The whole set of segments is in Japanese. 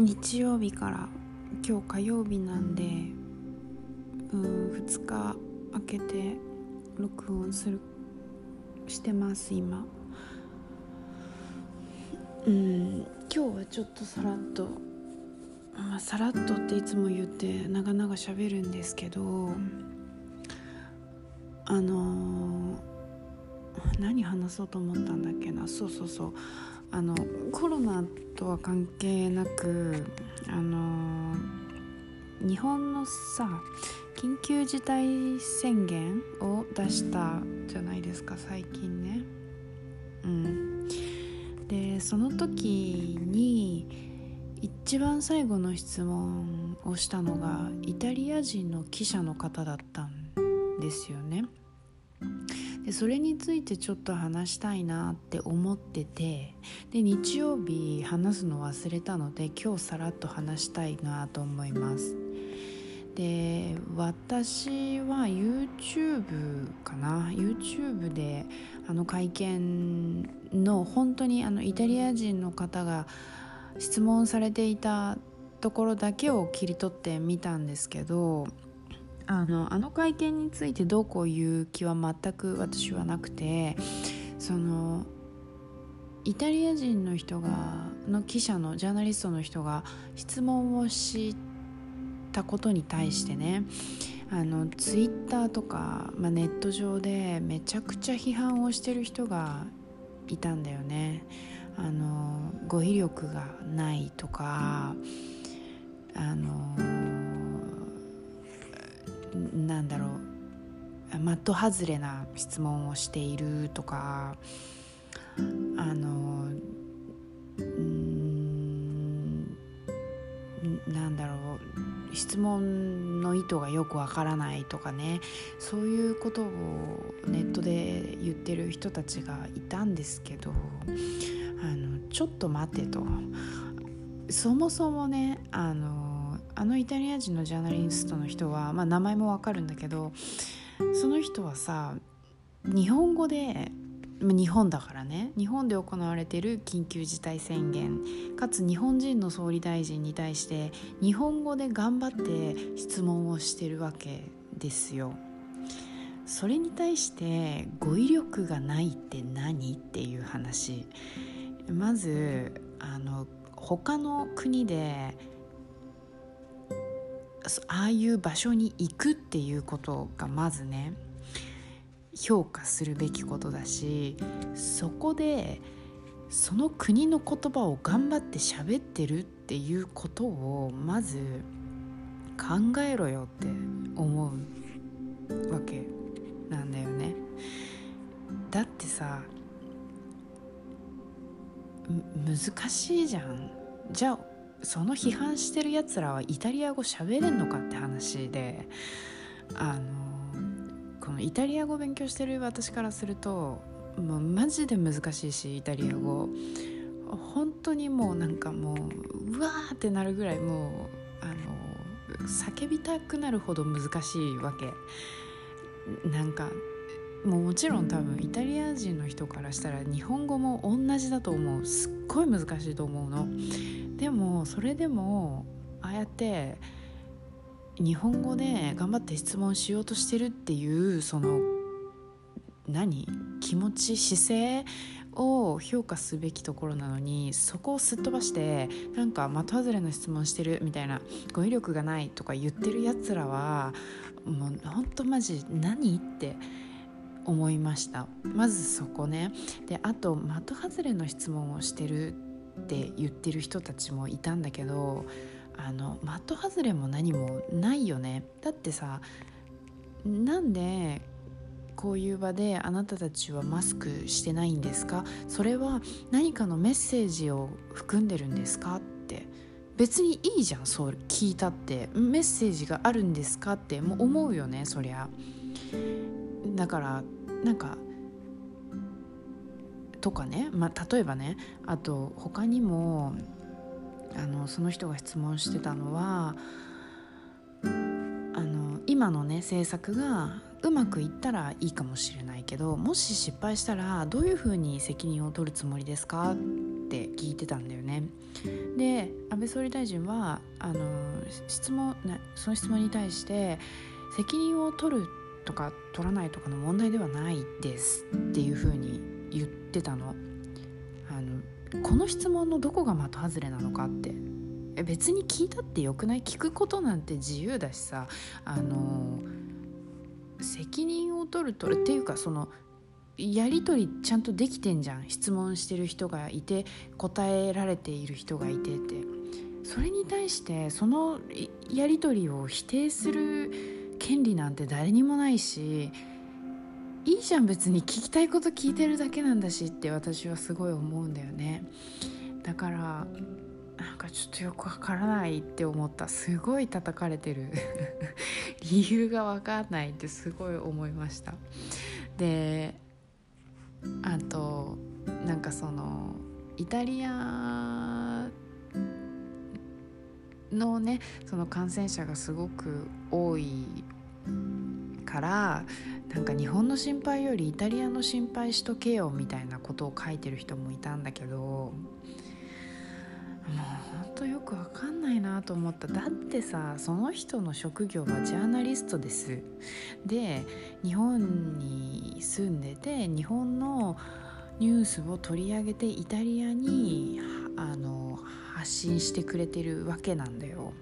日曜日から今日火曜日なんで2日空けて録音してます今。今日はちょっとさらっとっていつも言って長々喋るんですけど、何話そうと思ったんだっけな。コロナとは関係なく日本の緊急事態宣言を出したじゃないですか最近ね。でその時に一番最後の質問をしたのがイタリア人の記者の方だったんですよね。でそれについてちょっと話したいなって思ってて、で日曜日話すの忘れたので今日さらっと話したいなと思います。で私は YouTube で会見の本当にイタリア人の方が質問されていたところだけを切り取ってみたんですけど、あの会見についてどうこう言う気は全く私はなくて、イタリア人の人の記者のジャーナリストの人が質問をしたことに対してね、ツイッターとか、ネット上でめちゃくちゃ批判をしてる人がいたんだよね。語彙力がないとか、的外れな質問をしているとか、質問の意図がよくわからないとかね、そういうことをネットで言ってる人たちがいたんですけど、ちょっと待てと。そもそもね、イタリア人のジャーナリストの人は、名前もわかるんだけど、その人は日本語で、日本だからね、日本で行われている緊急事態宣言かつ日本人の総理大臣に対して日本語で頑張って質問をしてるわけですよ。それに対して語彙力がないって何っていう話。まず他の国でああいう場所に行くっていうことがまずね評価するべきことだし、そこでその国の言葉を頑張って喋ってるっていうことをまず考えろよって思うわけなんだよね。だって難しいじゃん。じゃあその批判してるやつらはイタリア語喋れんのかって話で、このイタリア語勉強してる私からするともうマジで難しいし、イタリア語本当にもううわーってなるぐらい、もう叫びたくなるほど難しいわけ。もちろん多分イタリア人の人からしたら日本語も同じだと思う。すっごい難しいと思うの。でもそれでもああやって日本語で頑張って質問しようとしてるっていう気持ち、姿勢を評価すべきところなのに、そこをすっ飛ばして的外れの質問してるみたいな、語彙力がないとか言ってるやつらはもうほんとマジ何って思いました。まずそこね。であと的外れの質問をしてるって言ってる人たちもいたんだけど、的外れも何もないよね。だってなんでこういう場であなたたちはマスクしてないんですか？それは何かのメッセージを含んでるんですかって。別にいいじゃん、そう聞いたって。メッセージがあるんですかってもう思うよね、そりゃ。だからとかね、例えばね、あと他にもその人が質問してたのは、今のね政策がうまくいったらいいかもしれないけど、もし失敗したらどういうふうに責任を取るつもりですかっって聞いてたんだよね。で安倍総理大臣はその質問に対して責任を取るとか取らないとかの問題ではないですっていう風に言ってたの。この質問のどこが的外れなのかって、別に聞いたってよくない？聞くことなんて自由だしさ、責任を取るっていうか、そのやり取りちゃんとできてんじゃん。質問してる人がいて答えられている人がいてって、それに対してそのやり取りを否定する権利なんて誰にもないし、いいじゃん、別に聞きたいこと聞いてるだけなんだしって私はすごい思うんだよね。だからなんかちょっとよくわからないって思った。すごい叩かれてる理由がわかんないってすごい思いました。であとなんかそのイタリアのね、その感染者がすごく多いからなんか日本の心配よりイタリアの心配しとけよみたいなことを書いてる人もいたんだけど、もうほんとよくわかんないなと思った。だってさ、その人の職業はジャーナリストです。で日本に住んでて日本のニュースを取り上げてイタリアに発信してくれてるわけなんだよ。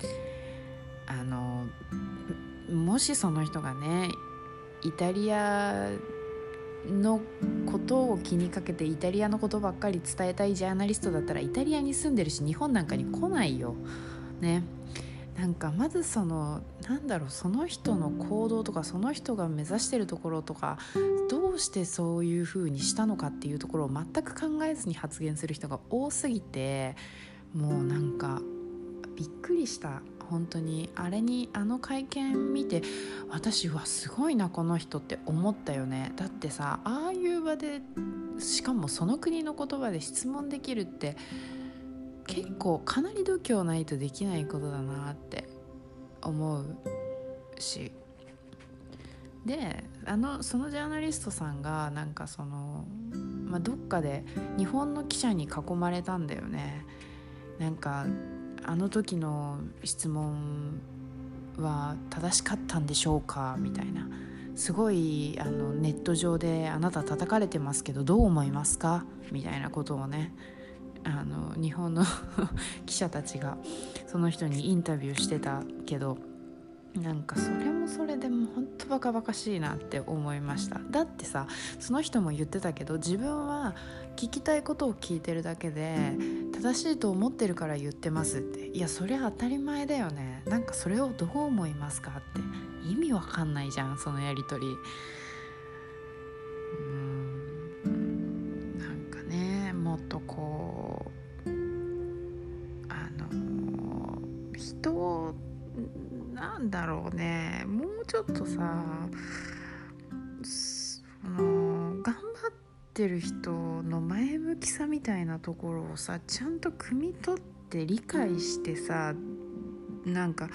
もしその人がねイタリアのことを気にかけてイタリアのことばっかり伝えたいジャーナリストだったらイタリアに住んでるし日本なんかに来ないよね。なんかまずその人の行動とかその人が目指してるところとかどうしてそういう風にしたのかっていうところを全く考えずに発言する人が多すぎて、もうなんかびっくりした。本当にあの会見見て私はすごいなこの人って思ったよね。だってさ、ああいう場でしかもその国の言葉で質問できるって結構かなり度胸ないとできないことだなって思うし、でそのジャーナリストさんがなんかどっかで日本の記者に囲まれたんだよね。なんかあの時の質問は正しかったんでしょうかみたいな、すごいネット上であなた叩かれてますけどどう思いますかみたいなことをね、日本の記者たちがその人にインタビューしてたけど、なんかそれもそれでもうほんとバカバカしいなって思いました。だってさ、その人も言ってたけど自分は聞きたいことを聞いてるだけで正しいと思ってるから言ってますって。いやそれは当たり前だよね。なんかそれをどう思いますかって意味わかんないじゃん、そのやりとり。なんかね、もっとこう人をなんだろうね、もうちょっとさ頑張ってる人の前向きさみたいなところをさちゃんと汲み取って理解してさ、なんか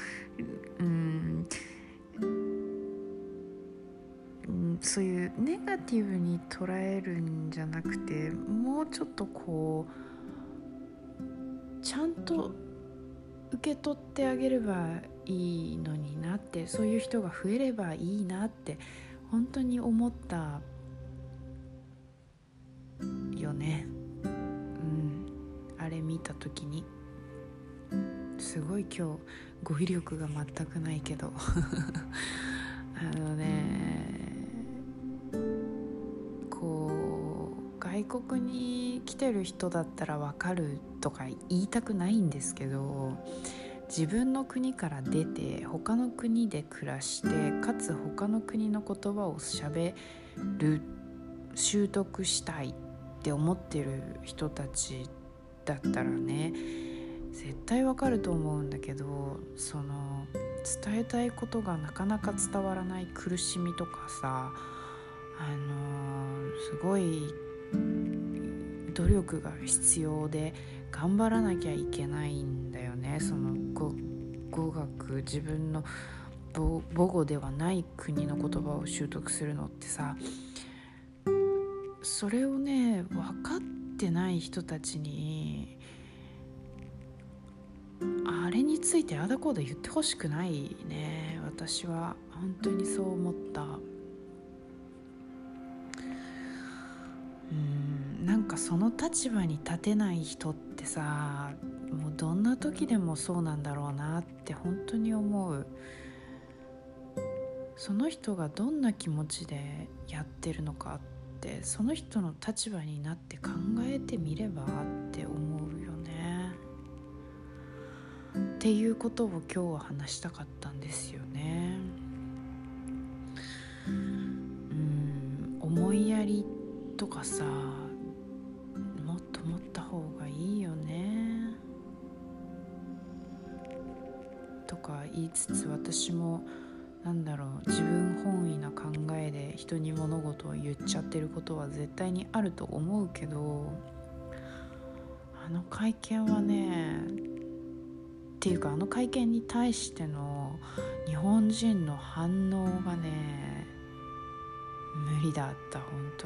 そういうネガティブに捉えるんじゃなくて、もうちょっとこうちゃんと受け取ってあげればいいのになって、そういう人が増えればいいなって本当に思ったよね。あれ見た時にすごい今日語彙力が全くないけどこう外国に来てる人だったら分かるとか言いたくないんですけど、自分の国から出て他の国で暮らしてかつ他の国の言葉を喋る習得したいって思ってる人たちだったらね絶対わかると思うんだけど、その伝えたいことがなかなか伝わらない苦しみとかさ、すごい努力が必要で頑張らなきゃいけないんだよね。その語学、自分の母語ではない国の言葉を習得するのってさ、それをね分かってない人たちにあれについてあだこうだ言ってほしくないね。私は本当にそう思った。なんかその立場に立てない人ってさ、もうどんな時でもそうなんだろうなって本当に思う。その人がどんな気持ちでやってるのかってその人の立場になって考えてみればって思うよね。っていうことを今日は話したかったんですよね。思いやりとかさ、もっと持った方がいいよねとか言いつつ、私も自分本位な考えで人に物事を言っちゃってることは絶対にあると思うけど、あの会見はね、っていうかあの会見に対しての日本人の反応がね、無理だった本当。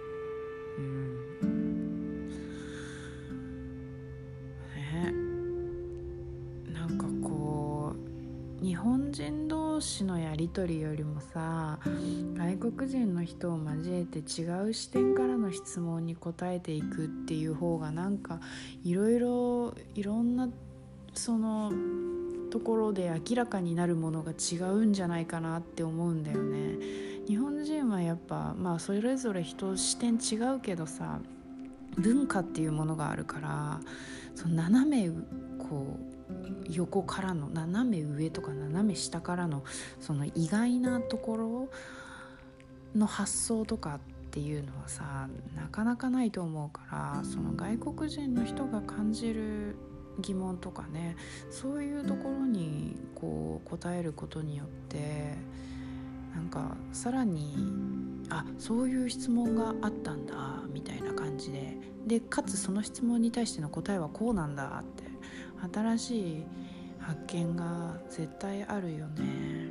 なんかこう日本人同士のやり取りよりもさ、外国人の人を交えて違う視点からの質問に答えていくっていう方がなんかいろんなそのところで明らかになるものが違うんじゃないかなって思うんだよね。日本人はやっぱそれぞれ人視点違うけどさ、文化っていうものがあるから、その斜めこう横からの斜め上とか斜め下からのその意外なところの発想とかっていうのはさ、なかなかないと思うから、その外国人の人が感じる疑問とかね、そういうところにこう答えることによってなんかさらにそういう質問があったんだみたいな感じでかつその質問に対しての答えはこうなんだって新しい発見が絶対あるよね。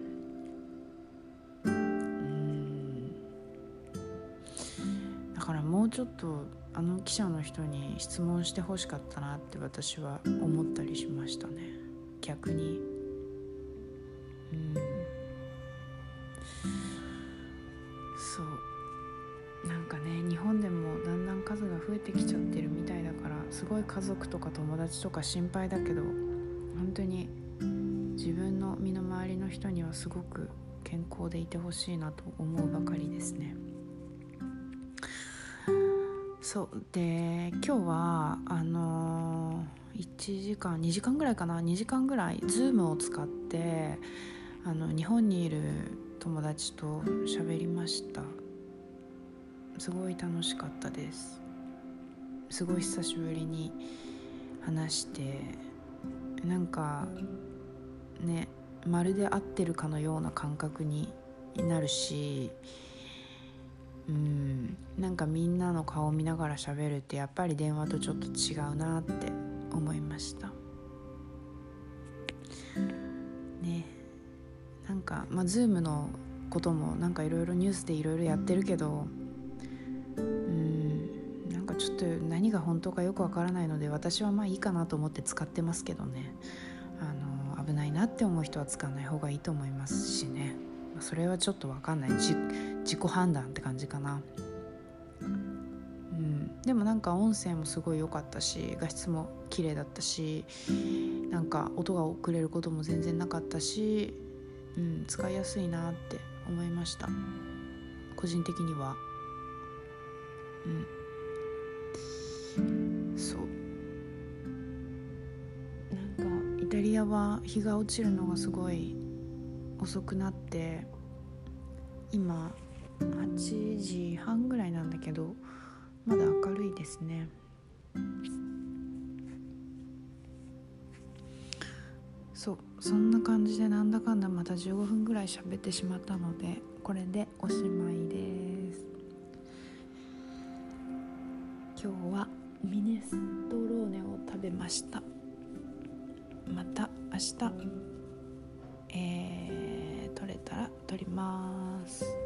だからもうちょっとあの記者の人に質問してほしかったなって私は思ったりしましたね、逆に。そうなんかね、日本でもだんだん数が増えてきちゃってるみたいだから、すごい家族とか友達とか心配だけど、本当に自分の身の回りの人にはすごく健康でいてほしいなと思うばかりですね。そうで、今日は1時間2時間ぐらいかな、2時間ぐらい Zoom を使って日本にいる友達と喋りました。すごい楽しかったです。すごい久しぶりに話して、なんかね、まるで会ってるかのような感覚になるし、なんかみんなの顔を見ながら喋るってやっぱり電話とちょっと違うなって思いましたね。なんかZoom のこともなんかいろいろニュースでいろいろやってるけど、なんかちょっと何が本当かよくわからないので、私はいいかなと思って使ってますけどね。危ないなって思う人は使わない方がいいと思いますしね。それはちょっとわかんない、自己判断って感じかな。でもなんか音声もすごい良かったし、画質も綺麗だったし、なんか音が遅れることも全然なかったし、使いやすいなって思いました、個人的には。そうなんかイタリアは日が落ちるのがすごい遅くなって、今8時半ぐらいなんだけどまだ明るいですね。そんな感じでなんだかんだまた15分ぐらい喋ってしまったので、これでおしまいです。今日はミネストローネを食べました。また明日、撮れたら撮ります。